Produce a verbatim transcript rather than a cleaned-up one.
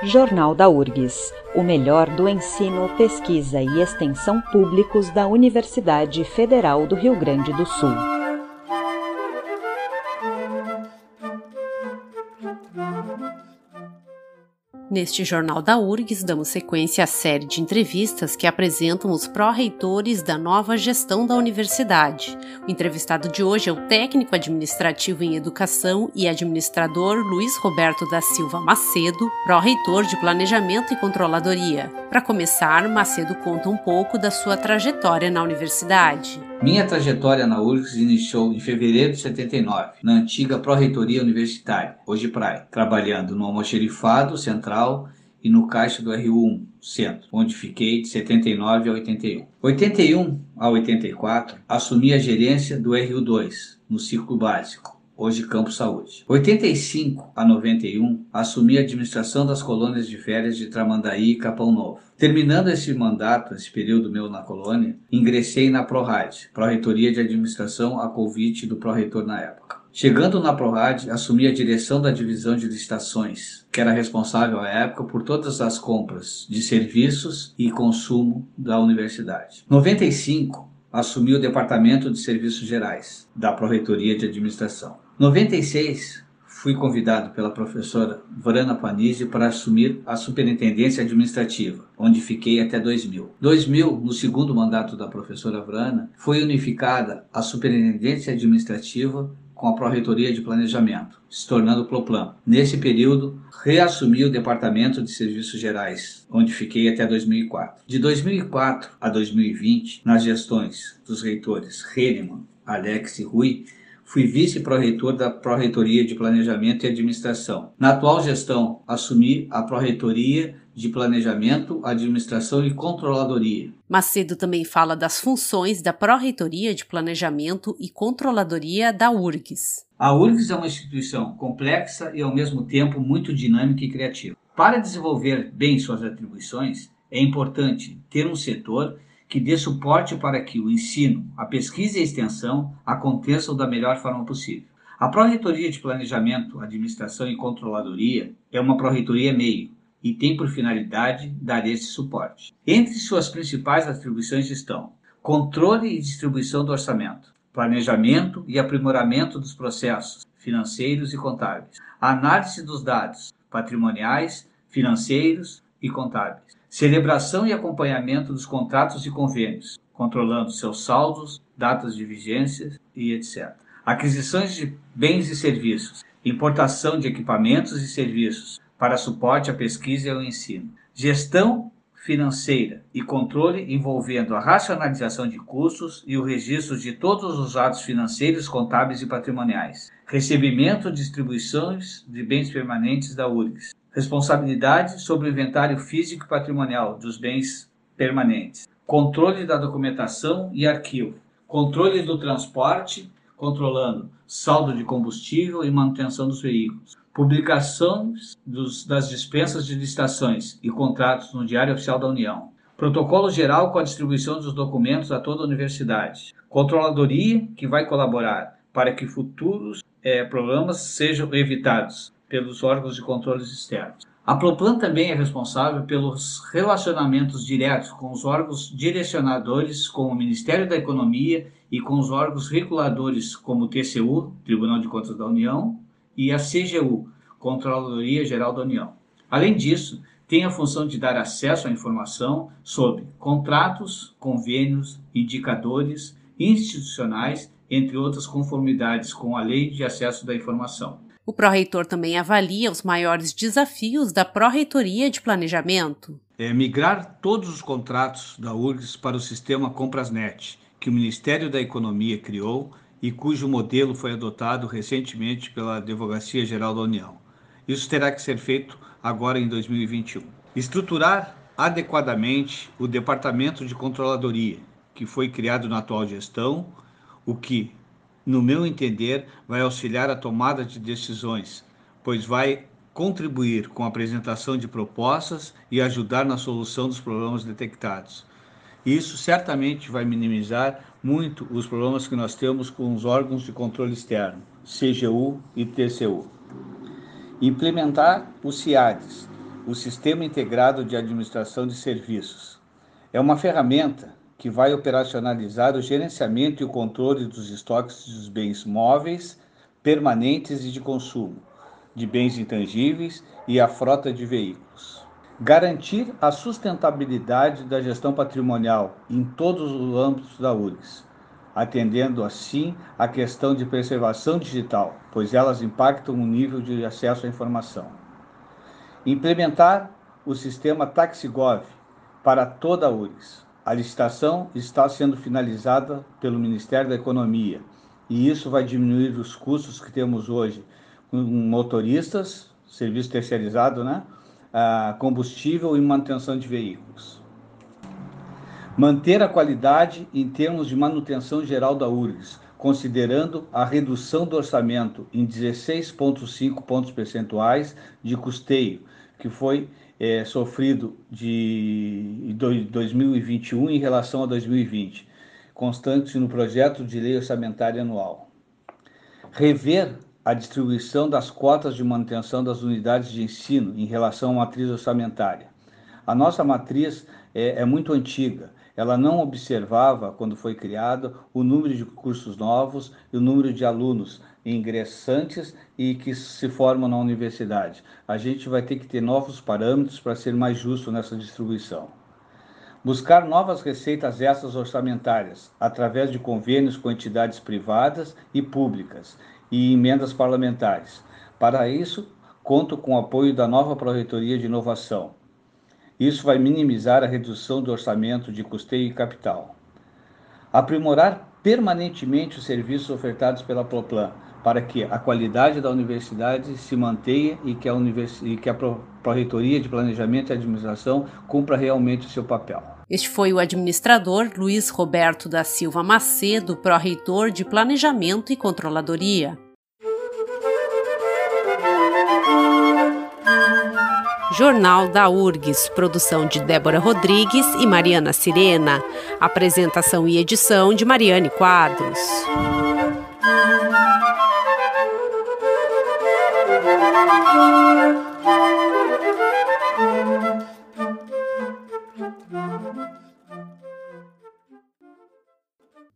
Jornal da U R G S, o melhor do ensino, pesquisa e extensão públicos da Universidade Federal do Rio Grande do Sul. Neste Jornal da U R G S, damos sequência à série de entrevistas que apresentam os pró-reitores da nova gestão da universidade. O entrevistado de hoje é o técnico administrativo em educação e administrador Luiz Roberto da Silva Macedo, pró-reitor de Planejamento e Controladoria. Para começar, Macedo conta um pouco da sua trajetória na universidade. Minha trajetória na U R G S iniciou em fevereiro de setenta e nove, na antiga Pró-Reitoria Universitária, hoje Praia, trabalhando no Almoxerifado Central e no Caixa do R um Centro, onde fiquei de setenta e nove a oitenta e um. oitenta e um a oitenta e quatro, assumi a gerência do R U dois, no ciclo básico, hoje Campo Saúde. oitenta e cinco a noventa e um, assumi a administração das colônias de férias de Tramandaí e Capão Novo. Terminando esse mandato, esse período meu na colônia, ingressei na ProRad, Pró-Reitoria de Administração, a convite do pró-reitor na época. Chegando na ProRad, assumi a direção da divisão de licitações, que era responsável à época por todas as compras de serviços e consumo da universidade. Em noventa e cinco, assumi o Departamento de Serviços Gerais, da Pró-Reitoria de Administração. Em noventa e seis, fui convidado pela professora Vrana Panizzi para assumir a Superintendência Administrativa, onde fiquei até dois mil. dois mil, no segundo mandato da professora Vrana, foi unificada a Superintendência Administrativa com a Pró-Reitoria de Planejamento, se tornando Ploplan. Nesse período, reassumi o Departamento de Serviços Gerais, onde fiquei até dois mil e quatro. De dois mil e quatro a dois mil e vinte, nas gestões dos reitores Hennemann, Alex e Rui, fui vice-pró-reitor da Pró-Reitoria de Planejamento e Administração. Na atual gestão, assumi a Pró-Reitoria de Planejamento, Administração e Controladoria. Macedo também fala das funções da Pró-Reitoria de Planejamento e Controladoria da U R G S. A U R G S é uma instituição complexa e, ao mesmo tempo, muito dinâmica e criativa. Para desenvolver bem suas atribuições, é importante ter um setor que dê suporte para que o ensino, a pesquisa e a extensão aconteçam da melhor forma possível. A Pró-Reitoria de Planejamento, Administração e Controladoria é uma pró-reitoria meio e tem por finalidade dar esse suporte. Entre suas principais atribuições estão controle e distribuição do orçamento, planejamento e aprimoramento dos processos financeiros e contábeis, análise dos dados patrimoniais, financeiros e contábeis, celebração e acompanhamento dos contratos e convênios, controlando seus saldos, datas de vigência e etcétera. Aquisições de bens e serviços, importação de equipamentos e serviços para suporte à pesquisa e ao ensino. Gestão financeira e controle envolvendo a racionalização de custos e o registro de todos os atos financeiros, contábeis e patrimoniais. Recebimento e distribuições de bens permanentes da U R G S. Responsabilidade sobre o inventário físico e patrimonial dos bens permanentes. Controle da documentação e arquivo. Controle do transporte, controlando saldo de combustível e manutenção dos veículos. Publicações dos, das dispensas de licitações e contratos no Diário Oficial da União. Protocolo geral com a distribuição dos documentos a toda a universidade. Controladoria, que vai colaborar para que futuros eh, problemas sejam evitados pelos órgãos de controles externos. A Ploplan também é responsável pelos relacionamentos diretos com os órgãos direcionadores, como o Ministério da Economia, e com os órgãos reguladores, como o T C U, Tribunal de Contas da União, e a C G U, Controladoria Geral da União. Além disso, tem a função de dar acesso à informação sobre contratos, convênios, indicadores institucionais, entre outras conformidades com a Lei de Acesso da Informação. O pró-reitor também avalia os maiores desafios da Pró-Reitoria de Planejamento. É migrar todos os contratos da U R G S para o sistema Comprasnet, que o Ministério da Economia criou e cujo modelo foi adotado recentemente pela Advocacia Geral da União. Isso terá que ser feito agora em dois mil e vinte e um. Estruturar adequadamente o Departamento de Controladoria, que foi criado na atual gestão, o que, no meu entender, vai auxiliar a tomada de decisões, pois vai contribuir com a apresentação de propostas e ajudar na solução dos problemas detectados. Isso certamente vai minimizar muito os problemas que nós temos com os órgãos de controle externo, C G U e T C U. Implementar os C I A Ds, o Sistema Integrado de Administração de Serviços. É uma ferramenta que vai operacionalizar o gerenciamento e o controle dos estoques dos bens móveis, permanentes e de consumo, de bens intangíveis e a frota de veículos. Garantir a sustentabilidade da gestão patrimonial em todos os âmbitos da U R G S, atendendo assim à questão de preservação digital, pois elas impactam o nível de acesso à informação. Implementar o sistema TaxiGov para toda a U R G S. A licitação está sendo finalizada pelo Ministério da Economia e isso vai diminuir os custos que temos hoje com motoristas, serviço terceirizado, né? Ah, combustível e manutenção de veículos. Manter a qualidade em termos de manutenção geral da U R G S, considerando a redução do orçamento em dezesseis vírgula cinco pontos percentuais de custeio, que foi é, sofrido de dois mil e vinte e um em relação a dois mil e vinte, constante no projeto de lei orçamentária anual. Rever a distribuição das cotas de manutenção das unidades de ensino em relação à matriz orçamentária. A nossa matriz é, é muito antiga, ela não observava, quando foi criada, o número de cursos novos e o número de alunos ingressantes e que se formam na universidade. A gente vai ter que ter novos parâmetros para ser mais justo nessa distribuição. Buscar novas receitas extras orçamentárias, através de convênios com entidades privadas e públicas e emendas parlamentares. Para isso, conto com o apoio da nova Pró-Reitoria de Inovação. Isso vai minimizar a redução do orçamento de custeio e capital. Aprimorar permanentemente os serviços ofertados pela Proplan, para que a qualidade da universidade se mantenha e que a, univers... e que a Pró-Reitoria de Planejamento e Administração cumpra realmente o seu papel. Este foi o administrador Luiz Roberto da Silva Macedo, pró-reitor de Planejamento e Controladoria. Jornal da U R G S, produção de Débora Rodrigues e Mariana Sirena. Apresentação e edição de Mariane Quadros. Música